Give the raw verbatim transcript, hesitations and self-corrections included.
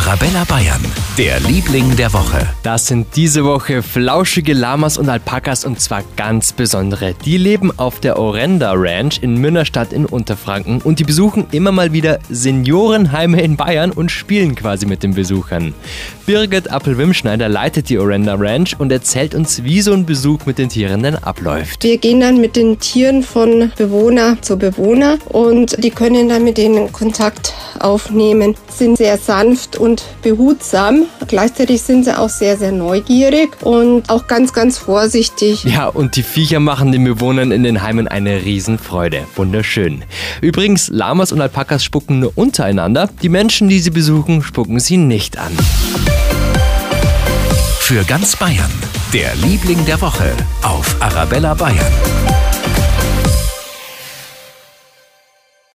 Arabella Bayern, der Liebling der Woche. Das sind diese Woche flauschige Lamas und Alpakas, und zwar ganz besondere. Die leben auf der Orenda Ranch in Münnerstadt in Unterfranken und die besuchen immer mal wieder Seniorenheime in Bayern und spielen quasi mit den Besuchern. Birgit Appel-Wimschneider leitet die Orenda Ranch und erzählt uns, wie so ein Besuch mit den Tieren denn abläuft. Wir gehen dann mit den Tieren von Bewohner zu Bewohner und die können dann mit denen Kontakt aufnehmen, sind sehr sanft und behutsam. Gleichzeitig sind sie auch sehr, sehr neugierig und auch ganz, ganz vorsichtig. Ja, und die Viecher machen den Bewohnern in den Heimen eine Riesenfreude. Wunderschön. Übrigens, Lamas und Alpakas spucken nur untereinander. Die Menschen, die sie besuchen, spucken sie nicht an. Für ganz Bayern, der Liebling der Woche auf Arabella Bayern.